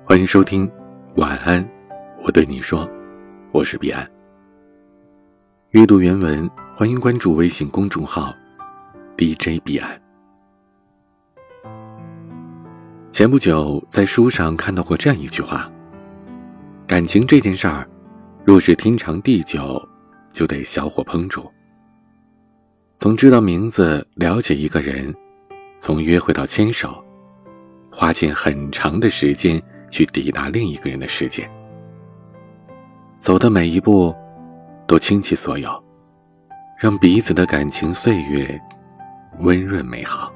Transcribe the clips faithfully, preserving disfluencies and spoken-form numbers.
欢迎收听晚安，我对你说，我是彼岸。阅读原文，欢迎关注微信公众号 D J 彼岸。前不久在书上看到过这样一句话，感情这件事儿，若是天长地久，就得小火烹煮。从知道名字了解一个人，从约会到牵手，花尽很长的时间去抵达另一个人的世界，走的每一步都倾其所有，让彼此的感情岁月温润美好。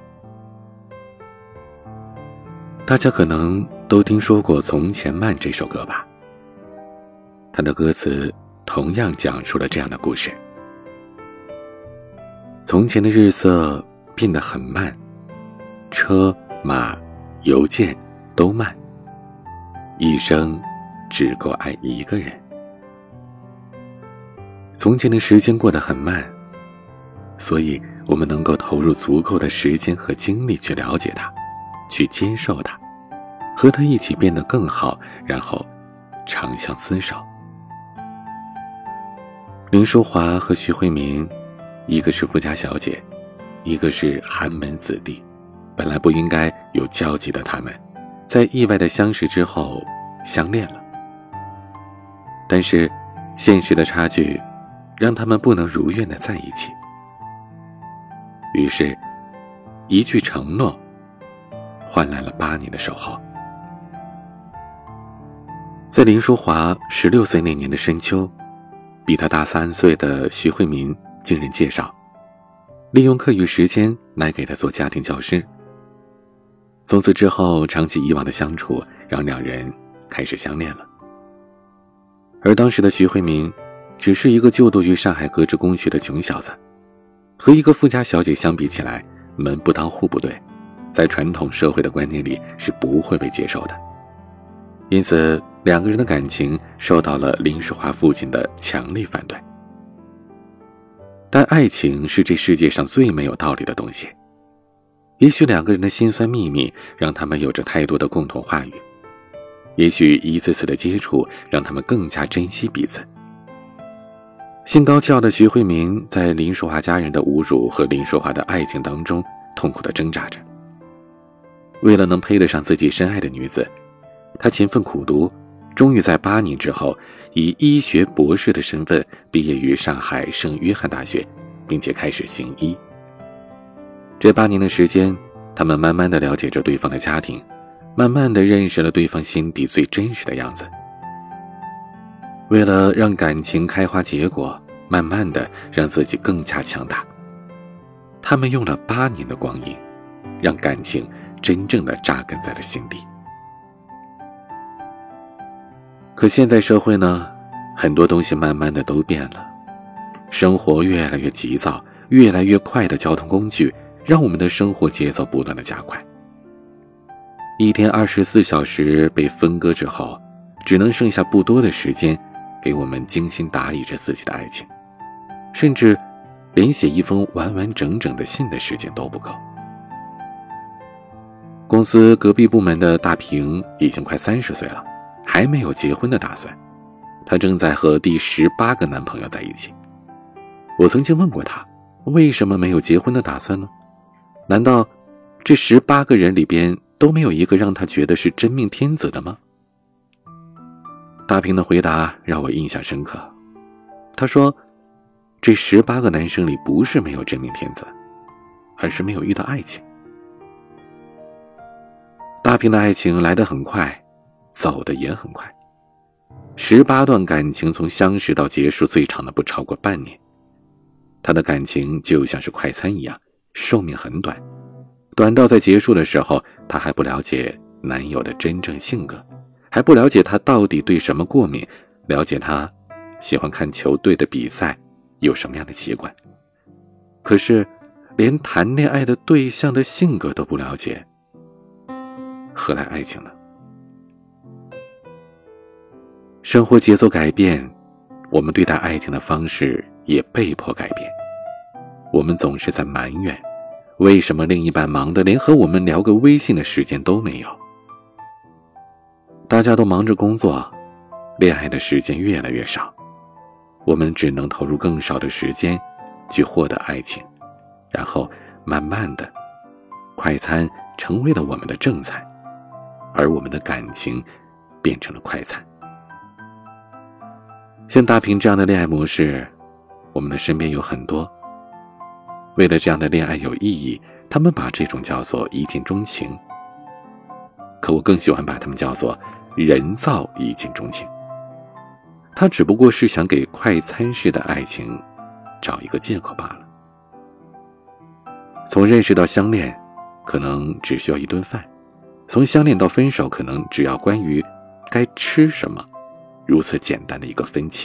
大家可能都听说过《从前慢》这首歌吧，它的歌词同样讲述了这样的故事。从前的日色变得很慢，车马邮件都慢，一生只够爱一个人。从前的时间过得很慢，所以我们能够投入足够的时间和精力去了解它，去接受它，和它一起变得更好，然后长相厮守。林淑华和徐慧民，一个是富家小姐，一个是寒门子弟，本来不应该有交集的他们，在意外的相识之后相恋了。但是现实的差距让他们不能如愿的在一起，于是一句承诺换来了八年的守候。在林淑华十六岁那年的深秋，比他大三岁的徐慧民经人介绍，利用课余时间来给他做家庭教师。从此之后，长期以往的相处让两人开始相恋了。而当时的徐慧民只是一个就读于上海格致公学的穷小子，和一个富家小姐相比起来，门不当户不对，在传统社会的观念里是不会被接受的。因此两个人的感情受到了林淑华父亲的强烈反对。但爱情是这世界上最没有道理的东西，也许两个人的辛酸秘密让他们有着太多的共同话语，也许一次次的接触让他们更加珍惜彼此。心高气傲的徐慧民在林淑华家人的侮辱和林淑华的爱情当中痛苦地挣扎着。为了能配得上自己深爱的女子，他勤奋苦读，终于在八年之后以医学博士的身份毕业于上海圣约翰大学，并且开始行医。这八年的时间，他们慢慢地了解着对方的家庭，慢慢地认识了对方心底最真实的样子。为了让感情开花结果，慢慢地让自己更加强大，他们用了八年的光阴，让感情真正地扎根在了心底。可现在社会呢，很多东西慢慢的都变了，生活越来越急躁，越来越快的交通工具让我们的生活节奏不断的加快。一天二十四小时被分割之后，只能剩下不多的时间给我们精心打理着自己的爱情，甚至连写一封完完整整的信的时间都不够。公司隔壁部门的大平已经快三十岁了，还没有结婚的打算，她正在和第十八个男朋友在一起。我曾经问过她，为什么没有结婚的打算呢？难道这十八个人里边都没有一个让她觉得是真命天子的吗？大平的回答让我印象深刻。她说，这十八个男生里不是没有真命天子，而是没有遇到爱情。大平的爱情来得很快，走得也很快。十八段感情从相识到结束，最长的不超过半年。他的感情就像是快餐一样，寿命很短，短到在结束的时候，他还不了解男友的真正性格，还不了解他到底对什么过敏，了解他喜欢看球队的比赛，有什么样的习惯。可是连谈恋爱的对象的性格都不了解，何来爱情呢？生活节奏改变，我们对待爱情的方式也被迫改变。我们总是在埋怨，为什么另一半忙得连和我们聊个微信的时间都没有？ 大家都忙着工作，恋爱的时间越来越少，我们只能投入更少的时间去获得爱情，然后慢慢的，快餐成为了我们的正餐，而我们的感情变成了快餐。像大平这样的恋爱模式，我们的身边有很多。为了这样的恋爱有意义，他们把这种叫做一见钟情，可我更喜欢把他们叫做人造一见钟情。他只不过是想给快餐式的爱情找一个借口罢了。从认识到相恋，可能只需要一顿饭；从相恋到分手，可能只要关于该吃什么如此简单的一个分歧。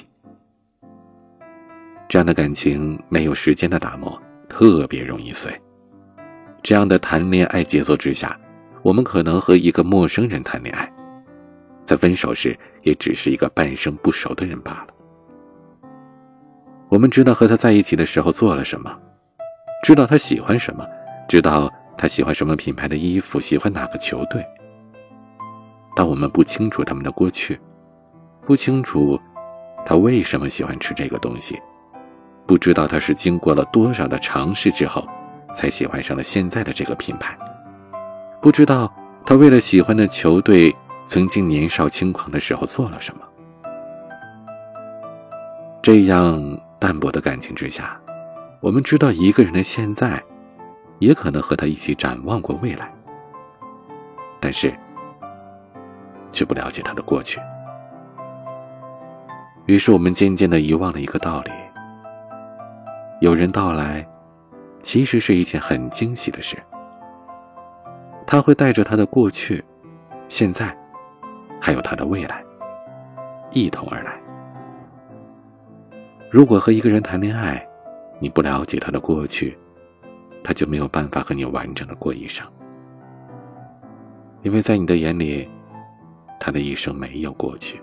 这样的感情没有时间的打磨，特别容易碎。这样的谈恋爱节奏之下，我们可能和一个陌生人谈恋爱，在分手时也只是一个半生不熟的人罢了。我们知道和他在一起的时候做了什么，知道他喜欢什么，知道他喜欢什么品牌的衣服，喜欢哪个球队，但我们不清楚他们的过去，不清楚他为什么喜欢吃这个东西，不知道他是经过了多少的尝试之后才喜欢上了现在的这个品牌，不知道他为了喜欢的球队曾经年少轻狂的时候做了什么。这样淡薄的感情之下，我们知道一个人的现在也可能和他一起展望过未来，但是却不了解他的过去。于是我们渐渐地遗忘了一个道理，有人到来其实是一件很惊喜的事，他会带着他的过去、现在还有他的未来一同而来。如果和一个人谈恋爱，你不了解他的过去，他就没有办法和你完整的过一生，因为在你的眼里，他的一生没有过去。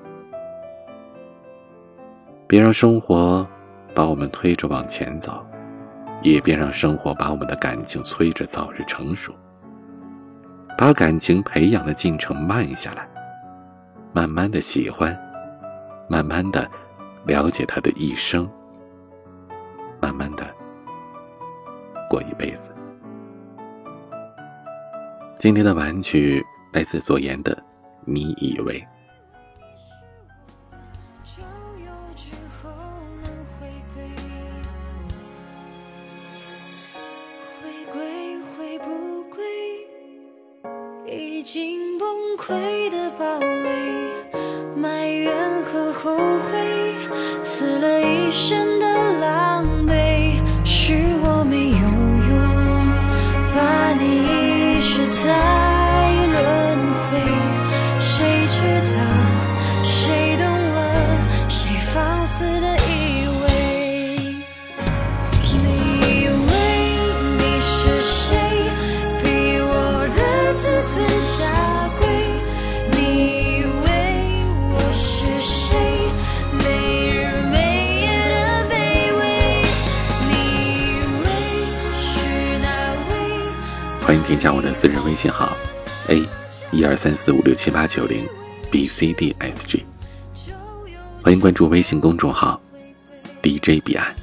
别让生活把我们推着往前走，也别让生活把我们的感情催着早日成熟。把感情培养的进程慢下来，慢慢的喜欢，慢慢的了解他的一生，慢慢的过一辈子。今天的晚安曲来自左岩的《你以为》。 已经崩溃的堡垒，埋怨和后悔，刺了一身的狼狈，是我没有用，把你遗失在轮回。谁知道，谁懂了，谁放肆的以为，你以为你是谁，逼我的自尊下跪，你以为我是谁，没日没夜的卑微，你以为是那位。 欢迎添加我的私人微信号 A 一二三四五六七八九零 B C D S G， 欢迎关注微信公众号 D J 彼岸，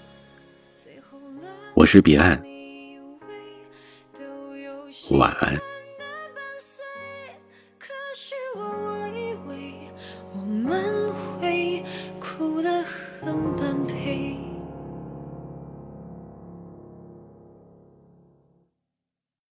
我是彼岸，晚安。